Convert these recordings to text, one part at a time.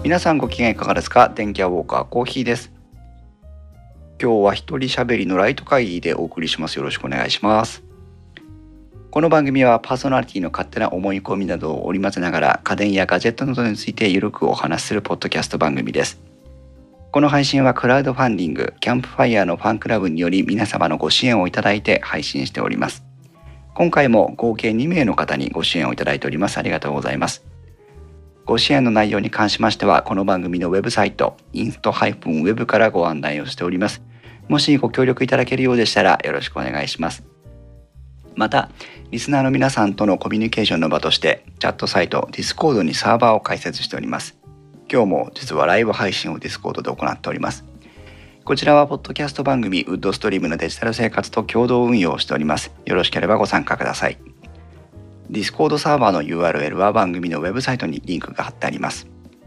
皆さんご機嫌いかがですか？電気屋ウォーカーコーヒーです。今日は一人喋りのライト会議でお送りします。よろしくお願いします。この番組はパーソナリティの勝手な思い込みなどを織り交ぜながら家電やガジェットなどについてゆるくお話しするポッドキャスト番組です。この配信はクラウドファンディングキャンプファイヤーのファンクラブにより皆様のご支援をいただいて配信しております。今回も合計2名の方にご支援をいただいております。ありがとうございます。ご支援の内容に関しましては、この番組のウェブサイト、inst-web からご案内をしております。もしご協力いただけるようでしたらよろしくお願いします。また、リスナーの皆さんとのコミュニケーションの場として、チャットサイト Discord にサーバーを開設しております。今日も実はライブ配信を Discord で行っております。こちらはポッドキャスト番組ウッドストリームのデジタル生活と共同運用をしております。よろしければご参加ください。Discord サーバーの URL は番組のウェブサイトにリンクが貼ってあります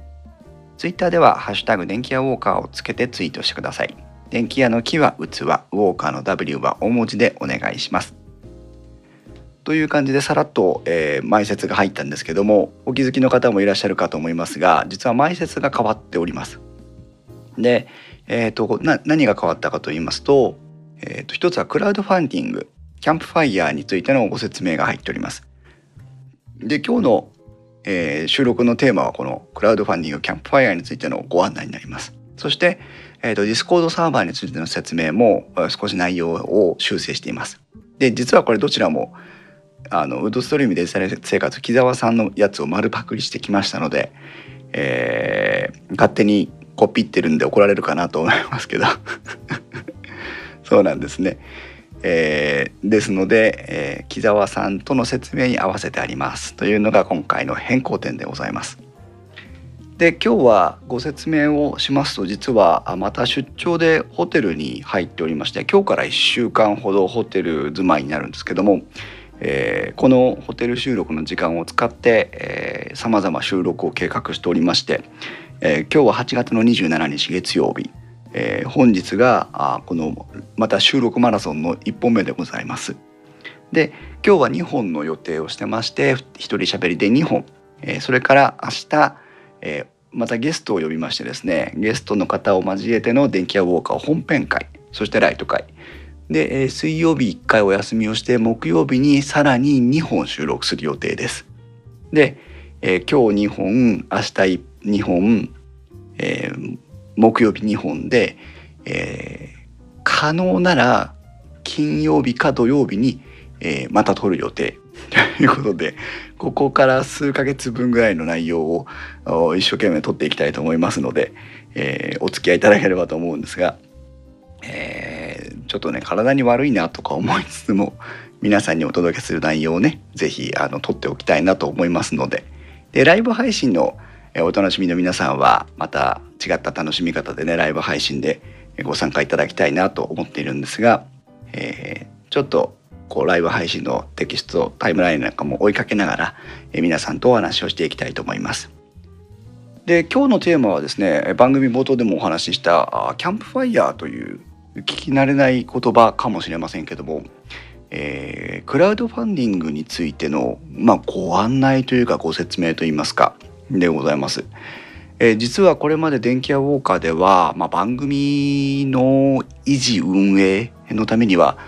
。Twitter ではハッシュタグ電気屋ウォーカーをつけてツイートしてください。電気屋の木は器、ウォーカーの W は大文字でお願いします。という感じでさらっと、前説が入ったんですけども、お気づきの方もいらっしゃるかと思いますが、実は前説が変わっております。で、何が変わったかと言いますと、一つはクラウドファンディングキャンプファイヤーについてのご説明が入っております。で、今日の、収録のテーマはこのクラウドファンディングキャンプファイヤーについてのご案内になります。そして、Discord サーバーについての説明も少し内容を修正しています。で、実はこれどちらもウッドストリームデジタル生活木澤さんのやつを丸パクリしてきましたので、勝手にコピってるんで怒られるかなと思いますけどそうなんですね。ですので、木澤さんとの説明に合わせてありますというのが今回の変更点でございます。で、今日はご説明をしますと、実はまた出張でホテルに入っておりまして、今日から1週間ほどホテル住まいになるんですけども、このホテル収録の時間を使ってさまざま収録を計画しておりまして、今日は8月の27日月曜日、本日がこのまた収録マラソンの1本目でございます。で、今日は2本の予定をしてまして、一人喋りで2本、それから明日、またゲストを呼びましてですね、ゲストの方を交えての電気屋ウォーカー本編会、そしてライト会で、水曜日1回お休みをして木曜日にさらに2本収録する予定です。で、今日2本、明日2本、木曜日2本で、可能なら金曜日か土曜日に、また撮る予定ということで、ここから数ヶ月分ぐらいの内容を一生懸命撮っていきたいと思いますので、お付き合いいただければと思うんですが、ちょっとね、体に悪いなとか思いつつも皆さんにお届けする内容をね、ぜひ撮っておきたいなと思いますので、ライブ配信のお楽しみの皆さんはまた違った楽しみ方でね、ライブ配信でご参加いただきたいなと思っているんですが、ちょっとこうライブ配信のテキストタイムラインなんかも追いかけながら、皆さんとお話をしていきたいと思います。で、今日のテーマはですね、番組冒頭でもお話ししたキャンプファイヤーという聞き慣れない言葉かもしれませんけども、クラウドファンディングについての、ご案内というかご説明といいますかでございます。実はこれまで電気屋ウォーカーでは、番組の維持運営のためには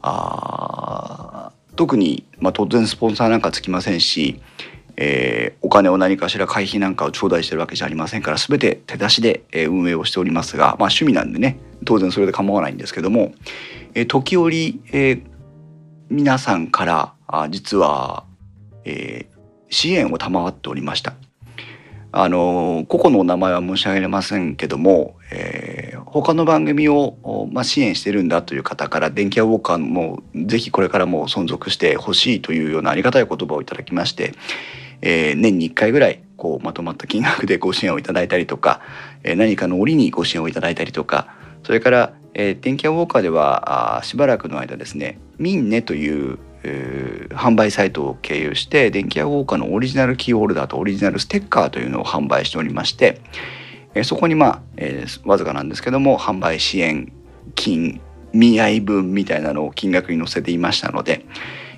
特に、当然スポンサーなんかつきませんし、お金を何かしら会費なんかを頂戴してるわけじゃありませんから、全て手出しで運営をしておりますが、趣味なんでね、当然それで構わないんですけども、時折、皆さんから実は、支援を賜っておりました。個々のお名前は申し上げれませんけども、他の番組を、支援してるんだという方から、電気屋ウォーカーもぜひこれからも存続してほしいというようなありがたい言葉をいただきまして、年に1回ぐらいこうまとまった金額でご支援をいただいたりとか、何かの折にご支援をいただいたりとか、それから、電気屋ウォーカーではしばらくの間ですね、ミンネという販売サイトを経由して電気屋ウォーカーのオリジナルキーホルダーとオリジナルステッカーというのを販売しておりまして、そこにわずかなんですけども販売支援金見合い分みたいなのを金額に載せていましたので、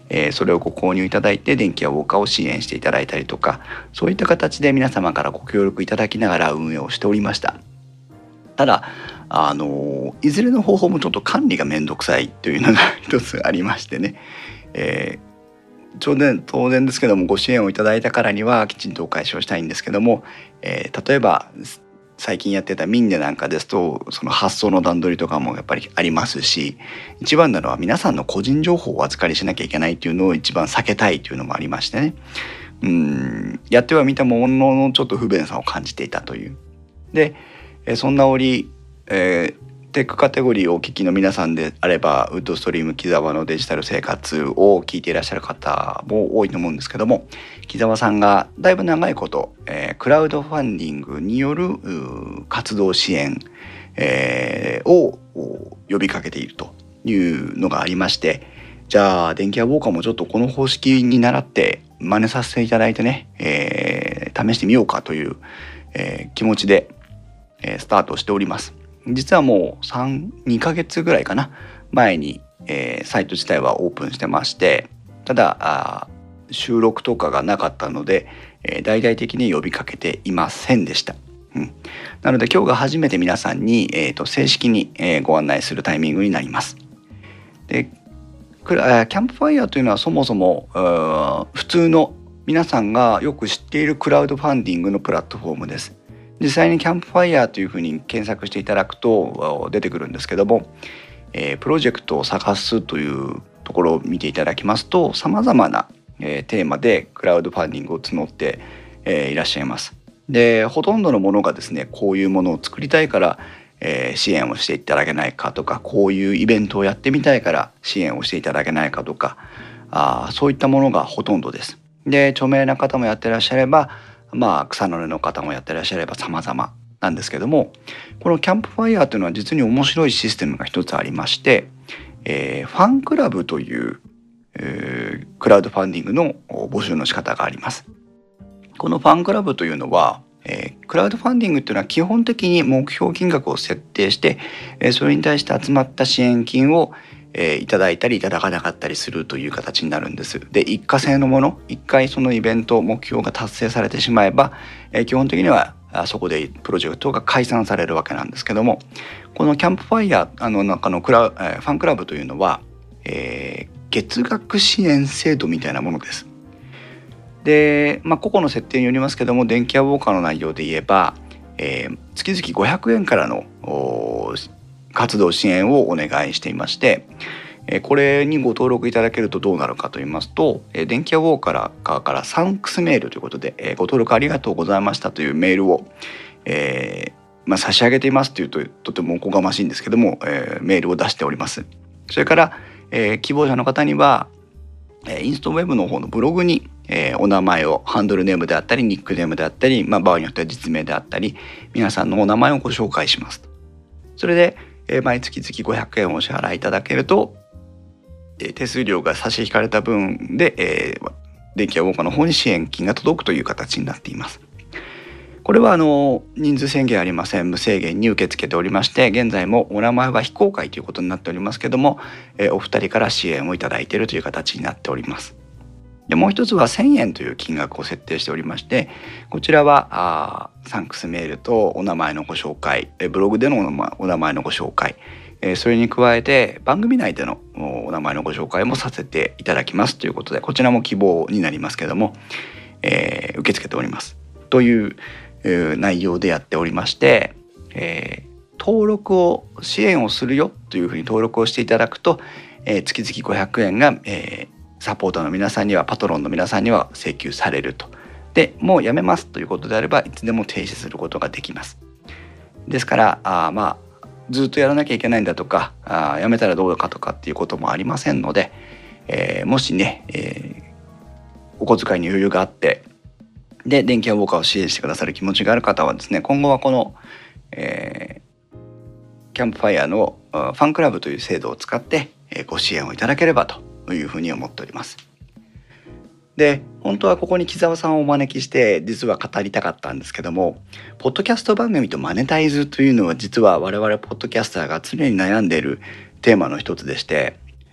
それをご購入いただいて電気屋ウォーカーを支援していただいたりとか、そういった形で皆様からご協力いただきながら運営をしておりました。ただいずれの方法もちょっと管理がめんどくさいというのが一つありましてね、当然ですけども、ご支援をいただいたからにはきちんとお返しをしたいんですけども、例えば最近やってたミンネなんかですと、その発送の段取りとかもやっぱりありますし、一番なのは皆さんの個人情報をお預かりしなきゃいけないっていうのを一番避けたいというのもありましてね、やってはみたもののちょっと不便さを感じていたという。でそんな折、テックカテゴリーをお聞きの皆さんであれば、ウッドストリーム木澤のデジタル生活を聞いていらっしゃる方も多いと思うんですけども、木澤さんがだいぶ長いこと、クラウドファンディングによる活動支援、を呼びかけているというのがありまして、じゃあ電気屋ウォーカーもちょっとこの方式に倣って真似させていただいてね、試してみようかという、気持ちでスタートしております。実はもう2ヶ月ぐらいかな前に、サイト自体はオープンしてまして、ただ収録とかがなかったので、大々的に呼びかけていませんでした。なので今日が初めて皆さんに、正式に、ご案内するタイミングになります。でキャンプファイヤーというのはそもそも普通の皆さんがよく知っているクラウドファンディングのプラットフォームです。実際にキャンプファイヤーというふうに検索していただくと出てくるんですけども、プロジェクトを探すというところを見ていただきますと、さまざまな、テーマでクラウドファンディングを募って、いらっしゃいます。でほとんどのものがですね、こういうものを作りたいから、支援をしていただけないかとか、こういうイベントをやってみたいから支援をしていただけないかとか、そういったものがほとんどです。で著名な方もやってらっしゃれば、草の根の方もやってらっしゃれば様々なんですけども、このキャンプファイヤーというのは実に面白いシステムが一つありまして、ファンクラブという、クラウドファンディングの募集の仕方があります。このファンクラブというのは、クラウドファンディングというのは基本的に目標金額を設定して、それに対して集まった支援金をいただいたりいただかなかったりするという形になるんです。で一過性のもの、一回そのイベント目標が達成されてしまえば、基本的にはそこでプロジェクトが解散されるわけなんですけども、このキャンプファイヤー中のファンクラブというのは、月額支援制度みたいなものです。で、個々の設定によりますけども、電気屋ウォーカーの内容で言えば、月々500円からの活動支援をお願いしていまして、これにご登録いただけるとどうなるかと言いますと、電気屋ウォーカーからサンクスメールということで、ご登録ありがとうございましたというメールを、差し上げていますというととてもおこがましいんですけども、メールを出しております。それから、希望者の方にはインストウェブの方のブログに、お名前をハンドルネームであったりニックネームであったり、場合によっては実名であったり皆さんのお名前をご紹介します。それで、毎月々500円をお支払いいただけると、手数料が差し引かれた分で、電気屋ウォーカーの方に支援金が届くという形になっています。これは人数制限ありません。無制限に受け付けておりまして、現在もお名前は非公開ということになっておりますけども、お二人から支援をいただいているという形になっております。でもう一つは1000円という金額を設定しておりまして、こちらはサンクスメールとお名前のご紹介、ブログでのお名前のご紹介、それに加えて番組内でのお名前のご紹介もさせていただきますということで、こちらも希望になりますけども、受け付けておりますという内容でやっておりまして、登録を支援をするよというふうに登録をしていただくと、月々500円が、サポーターの皆さんにはパトロンの皆さんには請求されると。でもうやめますということであればいつでも停止することができます。ですからずっとやらなきゃいけないんだとかやめたらどうかとかっていうこともありませんので、もしね、お小遣いに余裕があってで電気屋ウォーカーを支援してくださる気持ちがある方はですね、今後はこの、キャンプファイヤーのファンクラブという制度を使って、ご支援をいただければというふうに思っております。で本当はここに木澤さんをお招きして実は語りたかったんですけども、ポッドキャスト番組とマネタイズというのは実は我々ポッドキャスターが常に悩んでいるテーマの一つでして、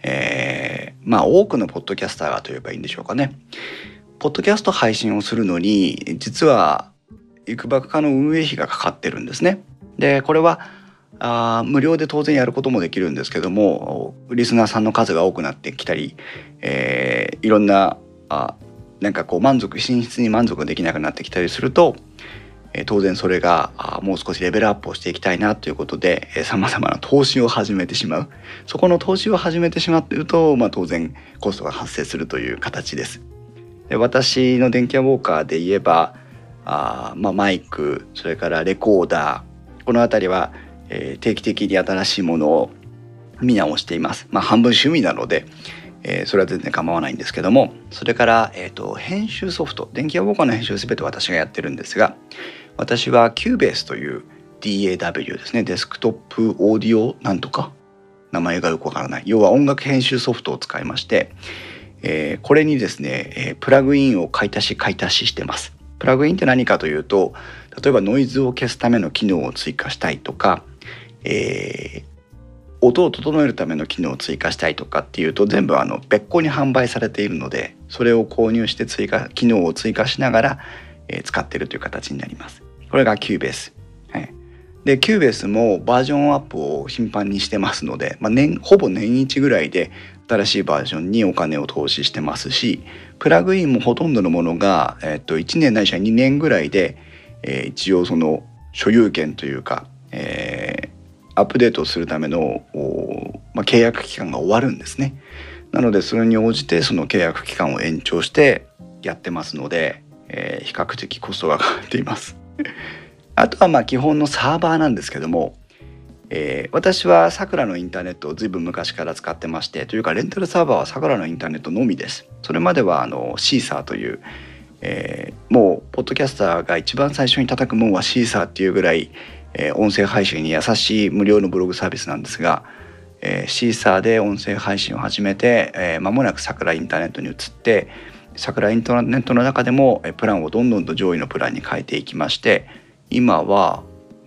多くのポッドキャスターがといえばいいんでしょうかね。ポッドキャスト配信をするのに実はいくばくかの運営費がかかってるんですね。でこれは無料で当然やることもできるんですけども、リスナーさんの数が多くなってきたり、いろんな品質に満足できなくなってきたりすると、当然それがもう少しレベルアップをしていきたいなということでさまざまな投資を始めてしまう。そこの投資を始めてしまっていると、当然コストが発生するという形です。で私の電気屋ウォーカーで言えばマイク、それからレコーダー、このあたりは、定期的に新しいものを見直しています。半分趣味なので、それは全然構わないんですけども、それから、編集ソフト、電気屋ウォーカーの編集すべて私がやってるんですが、私は Cubase という DAW ですね、デスクトップオーディオなんとか、名前がよくわからない、要は音楽編集ソフトを使いまして、これにですね、プラグインを買い足ししてます。プラグインって何かというと、例えばノイズを消すための機能を追加したいとか、音を整えるための機能を追加したいとかっていうと、全部別個に販売されているので、それを購入して機能を追加しながら、使っているという形になります。これが Cubase、で Cubase もバージョンアップを頻繁にしてますので、ほぼ年一ぐらいで新しいバージョンにお金を投資してますし、プラグインもほとんどのものが、1年ないしは2年ぐらいで、一応その所有権というか、アップデートをするための、契約期間が終わるんですね。なのでそれに応じてその契約期間を延長してやってますので、比較的コストがかかっていますあとは基本のサーバーなんですけども、私はさくらのインターネットをずいぶん昔から使ってまして、というかレンタルサーバーはさくらのインターネットのみです。それまではシーサーという、もうポッドキャスターが一番最初に叩くもんはシーサーっていうぐらい、音声配信に優しい無料のブログサービスなんですが、シーサーで音声配信を始めて、間もなくさくらインターネットに移って、さくらインターネットの中でもプランをどんどんと上位のプランに変えていきまして、今は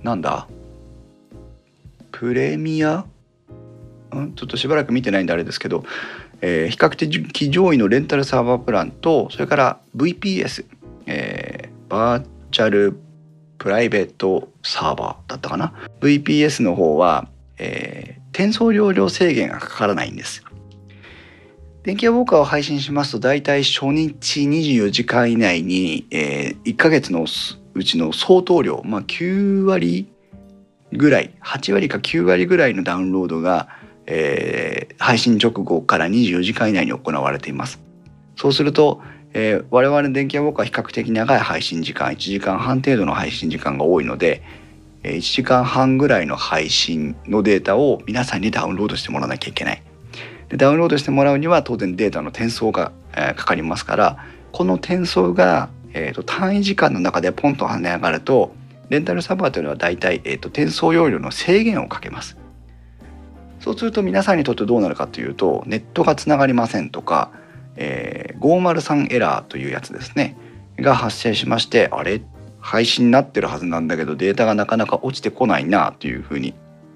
プレミア、ちょっとしばらく見てないんであれですけど、比較的上位のレンタルサーバープランと、それから VPS、バーチャルプライベートサーバーだったかな。 VPS の方は、転送容量制限がかからないんです。電気屋ウォーカーを配信しますと、だいたい初日24時間以内に、1ヶ月のうちの総投量、9割ぐらい、8割か9割ぐらいのダウンロードが、配信直後から24時間以内に行われています。そうすると、我々電気屋ウォーカーは比較的長い配信時間、1時間半程度の配信時間が多いので、1時間半ぐらいの配信のデータを皆さんにダウンロードしてもらわなきゃいけない。でダウンロードしてもらうには当然データの転送が、かかりますから、この転送が、単位時間の中でポンと跳ね上がると、レンタルサーバーというのはだいたい、転送容量の制限をかけます。そうすると皆さんにとってどうなるかというと、ネットがつながりませんとか、503エラーというやつですねが発生しまして、あれ配信になってるはずなんだけどデータがなかなか落ちてこないなというふうに、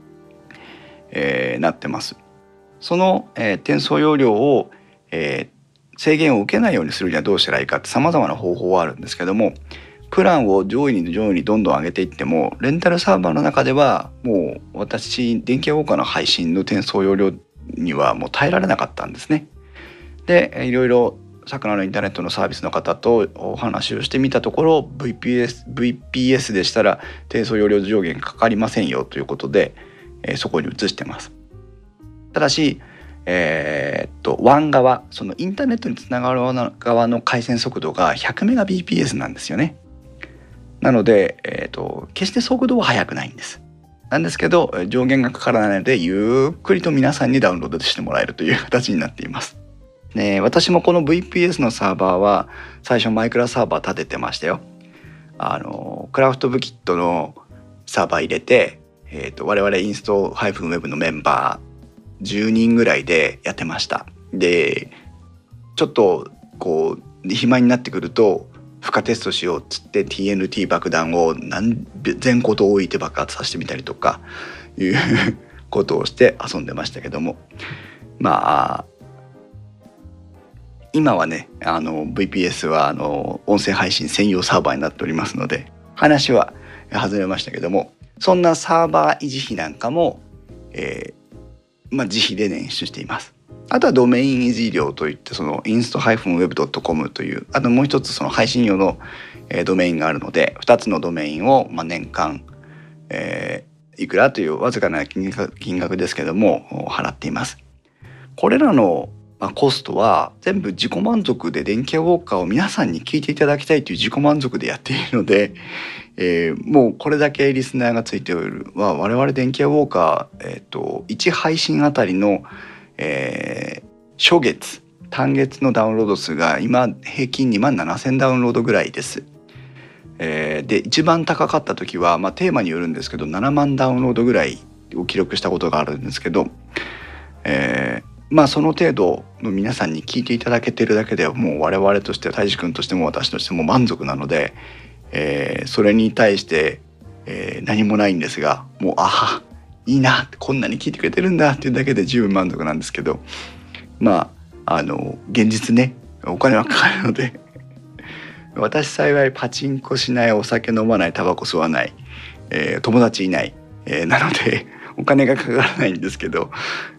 なってます。その、転送容量を、制限を受けないようにするにはどうしたらいいかって様々な方法はあるんですけども、プランを上位にどんどん上げていっても、レンタルサーバーの中ではもう私電気屋ウォーカーの配信の転送容量にはもう耐えられなかったんですね。でいろいろさくらのインターネットのサービスの方とお話をしてみたところ、 VPS でしたら転送容量上限かかりませんよということで、そこに移してます。ただし、WAN 側、そのインターネットにつながる側の回線速度が 100Mbps なんですよね。なので、決して速度は速くないんです。なんですけど上限がかからないので、ゆっくりと皆さんにダウンロードしてもらえるという形になっています。私もこの VPS のサーバーは最初マイクラサーバー立ててましたよ。クラフトブキットのサーバー入れて、我々インスト-web のメンバー10人ぐらいでやってました。でちょっとこう暇になってくると負荷テストしようっつって TNT 爆弾を全個と置いて爆発させてみたりとかいうことをして遊んでましたけども、 今はねVPS は音声配信専用サーバーになっておりますので話は外れましたけども、そんなサーバー維持費なんかも、自費で捻出しています。あとはドメイン維持料といって、その inst-web.com というもう一つその配信用のドメインがあるので、2つのドメインを年間、いくらというわずかな金額ですけども払っています。これらのコストは全部自己満足で電気屋ウォーカーを皆さんに聞いていただきたいという自己満足でやっているので、もうこれだけリスナーがついているは我々電気屋ウォーカー、1配信あたりの、初月単月のダウンロード数が今平均27,000ダウンロードぐらいです。で一番高かった時は、テーマによるんですけど7万ダウンロードぐらいを記録したことがあるんですけど、その程度の皆さんに聞いていただけてるだけではもう我々としては太一君としても私としても満足なので、それに対して、何もないんですが、もういいな、こんなに聞いてくれてるんだっていうだけで十分満足なんですけど、現実ねお金はかかるので私幸いパチンコしない、お酒飲まない、タバコ吸わない、友達いない、なのでお金がかからないんですけど、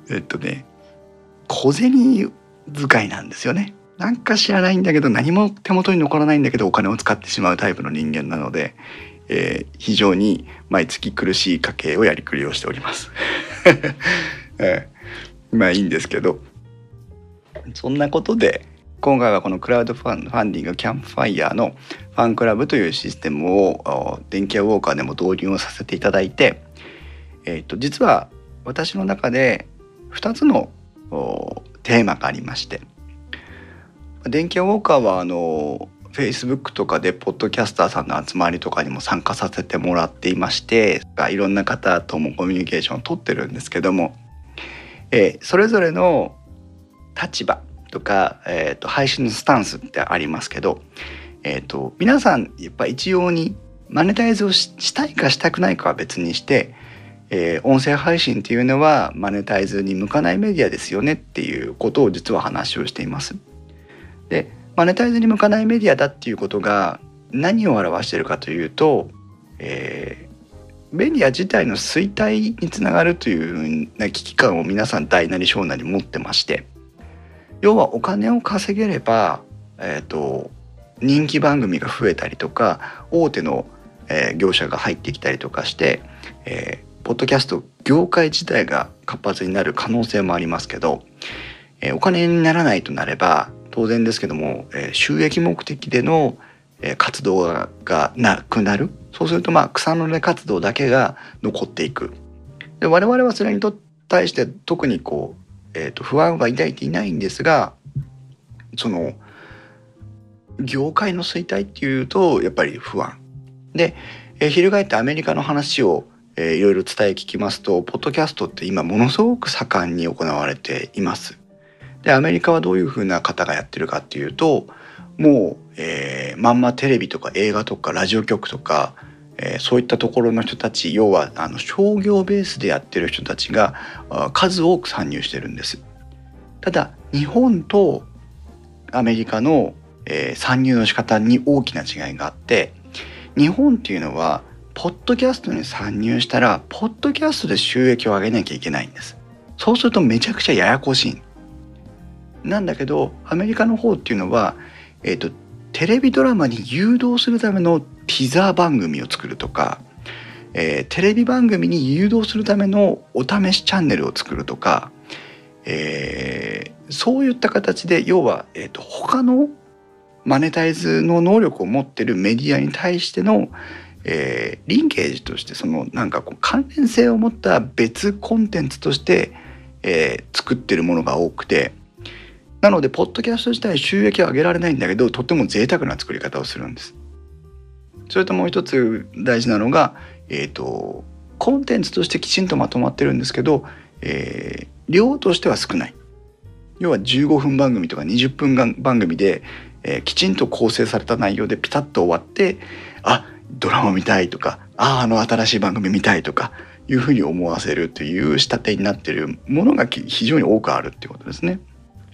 小銭使いなんですよね。なんか知らないんだけど何も手元に残らないんだけどお金を使ってしまうタイプの人間なので、非常に毎月苦しい家計をやりくりをしております、いいんですけど、そんなことで今回はこのクラウドファンディングキャンプファイヤーのファンクラブというシステムを電気屋ウォーカーでも導入をさせていただいて、実は私の中で2つのテーマがありまして、電気屋ウォーカーはFacebook とかでポッドキャスターさんの集まりとかにも参加させてもらっていまして、いろんな方ともコミュニケーションを取ってるんですけども、それぞれの立場とか、配信のスタンスってありますけど、皆さんやっぱ一様にマネタイズをしたいかしたくないかは別にして、音声配信っていうのはマネタイズに向かないメディアですよねっていうことを実は話をしています。でマネタイズに向かないメディアだっていうことが何を表しているかというと、メディア自体の衰退につながるという危機感を皆さん大なり小なり持ってまして、要はお金を稼げれば、人気番組が増えたりとか大手の、業者が入ってきたりとかして、ポッドキャスト業界自体が活発になる可能性もありますけど、お金にならないとなれば当然ですけども、収益目的での、活動がなくなる。そうすると草の根活動だけが残っていく。で我々はそれに対して特に不安は抱いていないんですが、その業界の衰退っていうとやっぱり不安で、翻ってアメリカの話をいろいろ伝え聞きますと、ポッドキャストって今ものすごく盛んに行われています。でアメリカはどういうふうな方がやってるかっていうと、もう、まんまテレビとか映画とかラジオ局とか、そういったところの人たち、要は商業ベースでやってる人たちが数多く参入してるんです。ただ日本とアメリカの、参入の仕方に大きな違いがあって、日本っていうのはポッドキャストに参入したらポッドキャストで収益を上げなきゃいけないんです。そうするとめちゃくちゃややこしいなんだけど、アメリカの方っていうのは、テレビドラマに誘導するためのティザー番組を作るとか、テレビ番組に誘導するためのお試しチャンネルを作るとか、そういった形で要は、他のマネタイズの能力を持ってるメディアに対しての、リンケージとして関連性を持った別コンテンツとして、作ってるものが多くて、なのでポッドキャスト自体収益を上げられないんだけど、とっても贅沢な作り方をするんです。それともう一つ大事なのが、コンテンツとしてきちんとまとまってるんですけど、量としては少ない。要は15分番組とか20分番組で、きちんと構成された内容でピタッと終わって、ドラマ見たいとか、新しい番組見たいとかいうふうに思わせるという仕立てになっているものが非常に多くあるっていうことですね。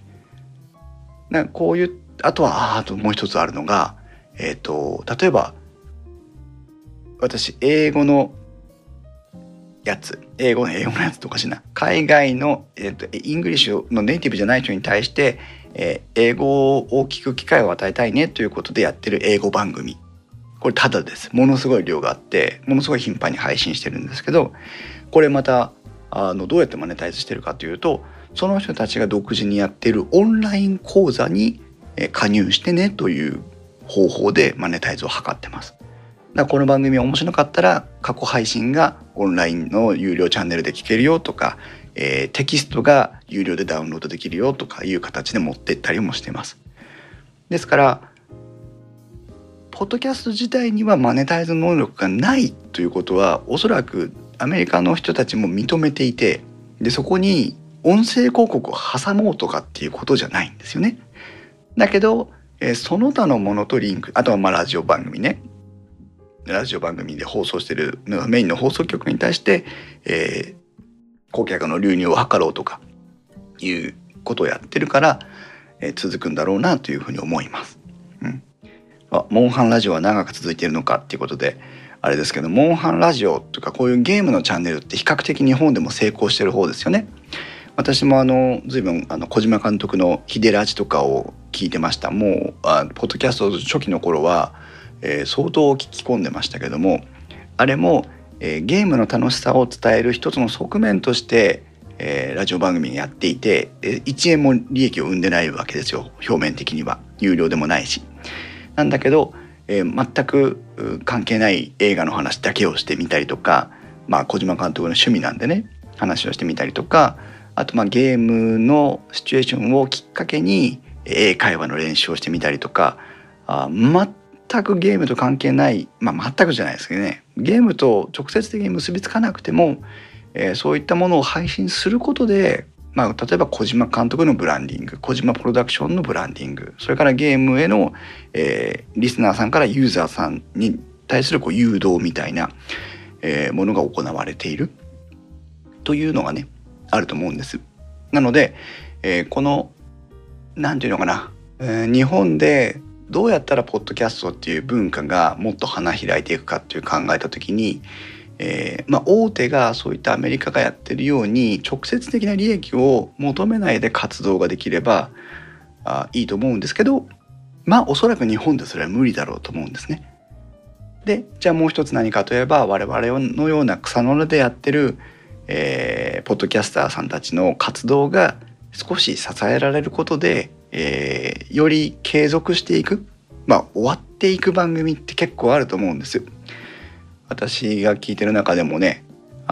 こういうあともう一つあるのが、例えば私英語のやつとかしな海外の、イングリッシュのネイティブじゃない人に対して、英語を聞く機会を与えたいねということでやってる英語番組、これタダです。ものすごい量があってものすごい頻繁に配信してるんですけど、これまたどうやってマネタイズしてるかというと、その人たちが独自にやってるオンライン講座に加入してねという方法でマネタイズを図ってます。だからこの番組面白かったら過去配信がオンラインの有料チャンネルで聞けるよとか、テキストが有料でダウンロードできるよとかいう形で持ってったりもしています。ですからポッドキャスト自体にはマネタイズ能力がないということはおそらくアメリカの人たちも認めていて、でそこに音声広告を挟もうとかっていうことじゃないんですよね。だけど、その他のものとリンク、あとはラジオ番組ね、ラジオ番組で放送しているメインの放送局に対して、顧客の流入を図ろうとかいうことをやってるから、続くんだろうなというふうに思います。モンハンラジオは長く続いているのかっていうことであれですけど、モンハンラジオとかこういうゲームのチャンネルって比較的日本でも成功してる方ですよね。私も随分小島監督のヒデラジとかを聞いてました。もうポッドキャスト初期の頃は、相当聞き込んでましたけども、あれも、ゲームの楽しさを伝える一つの側面として、ラジオ番組やっていて、1円も利益を生んでないわけですよ。表面的には有料でもないしなんだけど、全く関係ない映画の話だけをしてみたりとか、小島監督の趣味なんでね話をしてみたりとか、あとゲームのシチュエーションをきっかけに英会話の練習をしてみたりとか、全くゲームと関係ない、全くじゃないですけどね、ゲームと直接的に結びつかなくても、そういったものを配信することで、例えば小島監督のブランディング、小島プロダクションのブランディング、それからゲームへの、リスナーさんからユーザーさんに対する誘導みたいな、ものが行われているというのがねあると思うんです。なので、このなんていうのかな、日本でどうやったらポッドキャストっていう文化がもっと花開いていくかっていう考えた時に、大手がそういったアメリカがやってるように直接的な利益を求めないで活動ができればいいと思うんですけど、おそらく日本でそれは無理だろうと思うんですね。でじゃあもう一つ何かといえば、我々のような草の根でやってる、ポッドキャスターさんたちの活動が少し支えられることで、より継続していく、終わっていく番組って結構あると思うんですよ。私が聞いてる中でもね、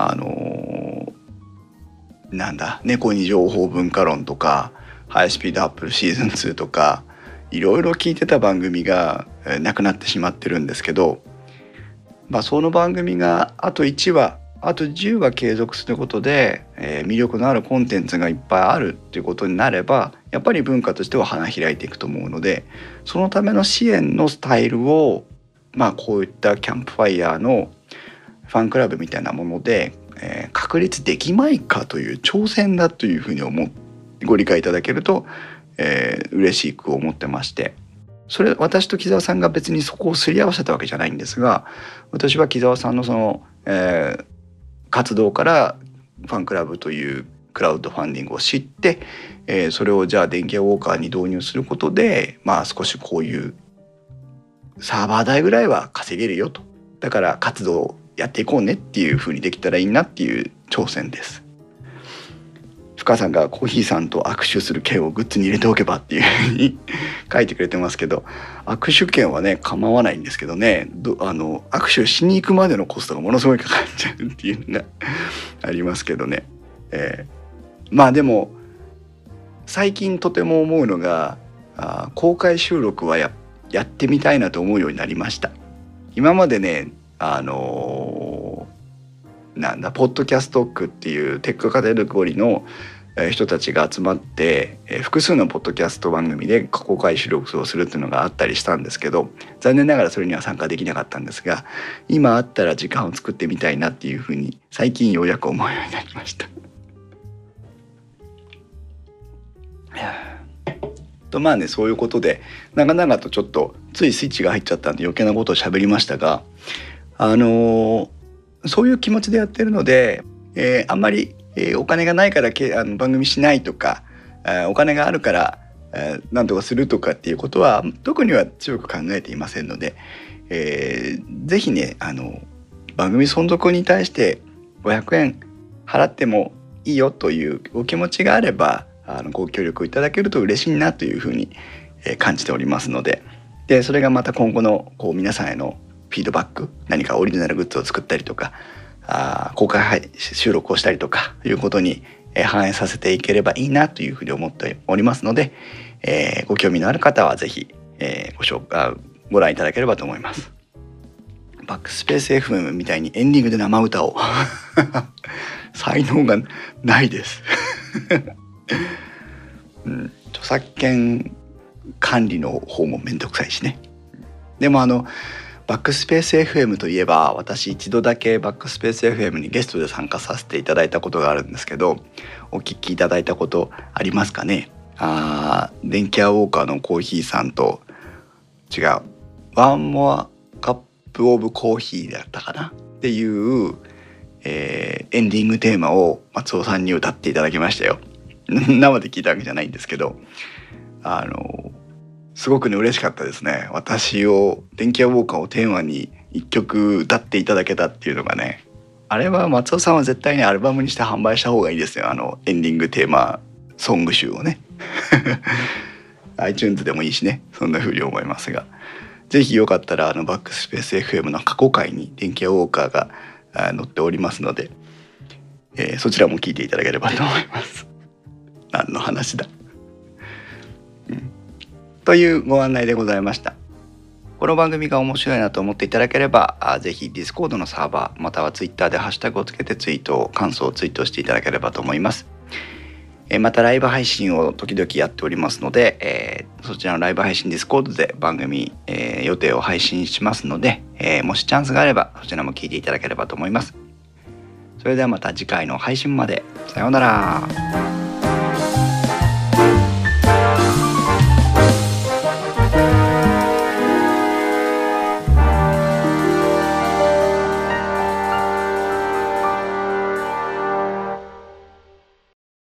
猫に情報文化論とかハイスピードアップルシーズン2とかいろいろ聞いてた番組がなくなってしまってるんですけど、その番組があと1話あと10話継続することで、魅力のあるコンテンツがいっぱいあるっていうことになれば、やっぱり文化としては花開いていくと思うので、そのための支援のスタイルをこういったキャンプファイヤーのファンクラブみたいなもので、確立できまいかという挑戦だというふうにご理解いただけると、嬉しく思ってまして、それ私と木澤さんが別にそこをすり合わせたわけじゃないんですが、私は木澤さんのその、活動からファンクラブというクラウドファンディングを知って、それをじゃあ電気屋ウォーカーに導入することで、少しこういうサーバー代ぐらいは稼げるよと、だから活動をやっていこうねっていう風にできたらいいなっていう挑戦です。深さんがコーヒーさんと握手する券をグッズに入れておけばっていう風に書いてくれてますけど、握手券はね構わないんですけどね、握手しに行くまでのコストがものすごいかかっちゃうっていうのがありますけどね、でも最近とても思うのが、公開収録はやってみたいなと思うようになりました。今までねポッドキャストックっていうテックカテゴリーの、 人たちが集まって、複数のポッドキャスト番組で公開収録をするっていうのがあったりしたんですけど、残念ながらそれには参加できなかったんですが、今あったら時間を作ってみたいなっていうふうに最近ようやく思うようになりました。とまあね、そういうことで長々とちょっとついスイッチが入っちゃったんで余計なことを喋りましたが、そういう気持ちでやってるので、あんまりお金がないから番組しないとか、お金があるから何とかするとかっていうことは特には強く考えていませんので、ぜひね番組存続に対して500円払ってもいいよというお気持ちがあればご協力いただけると嬉しいなというふうに感じておりますので、それがまた今後の皆さんへのフィードバック、何かオリジナルグッズを作ったりとか公開収録をしたりとかいうことに反映させていければいいなというふうに思っておりますので、ご興味のある方はぜひ、ご覧いただければと思います。バックスペース FM みたいにエンディングで生歌を才能がないです、著作権管理の方もめんどくさいしね。でもバックスペース FM といえば、私一度だけバックスペース FM にゲストで参加させていただいたことがあるんですけど、お聞きいただいたことありますかね。電気屋ウォーカーのコーヒーさんとワンモアカップオブコーヒーだったかなっていう、エンディングテーマを松尾さんに歌っていただきましたよ。生で聞いたわけじゃないんですけど、すごくね嬉しかったですね。私を電気屋ウォーカーをテーマに一曲歌っていただけたっていうのがね、あれは松尾さんは絶対にアルバムにして販売した方がいいですよ。エンディングテーマソング集をねiTunes でもいいしね、そんな風に思いますが、ぜひよかったらバックスペース FM の過去回に電気屋ウォーカーが載っておりますので、そちらも聞いていただければと思います。何の話だ、というご案内でございました。この番組が面白いなと思っていただければ、ぜひ Discord のサーバーまたは Twitter でハッシュタグをつけて感想をツイートしていただければと思います。またライブ配信を時々やっておりますので、そちらのライブ配信 Discord で番組、予定を配信しますので、もしチャンスがあればそちらも聞いていただければと思います。それではまた次回の配信まで。さようなら。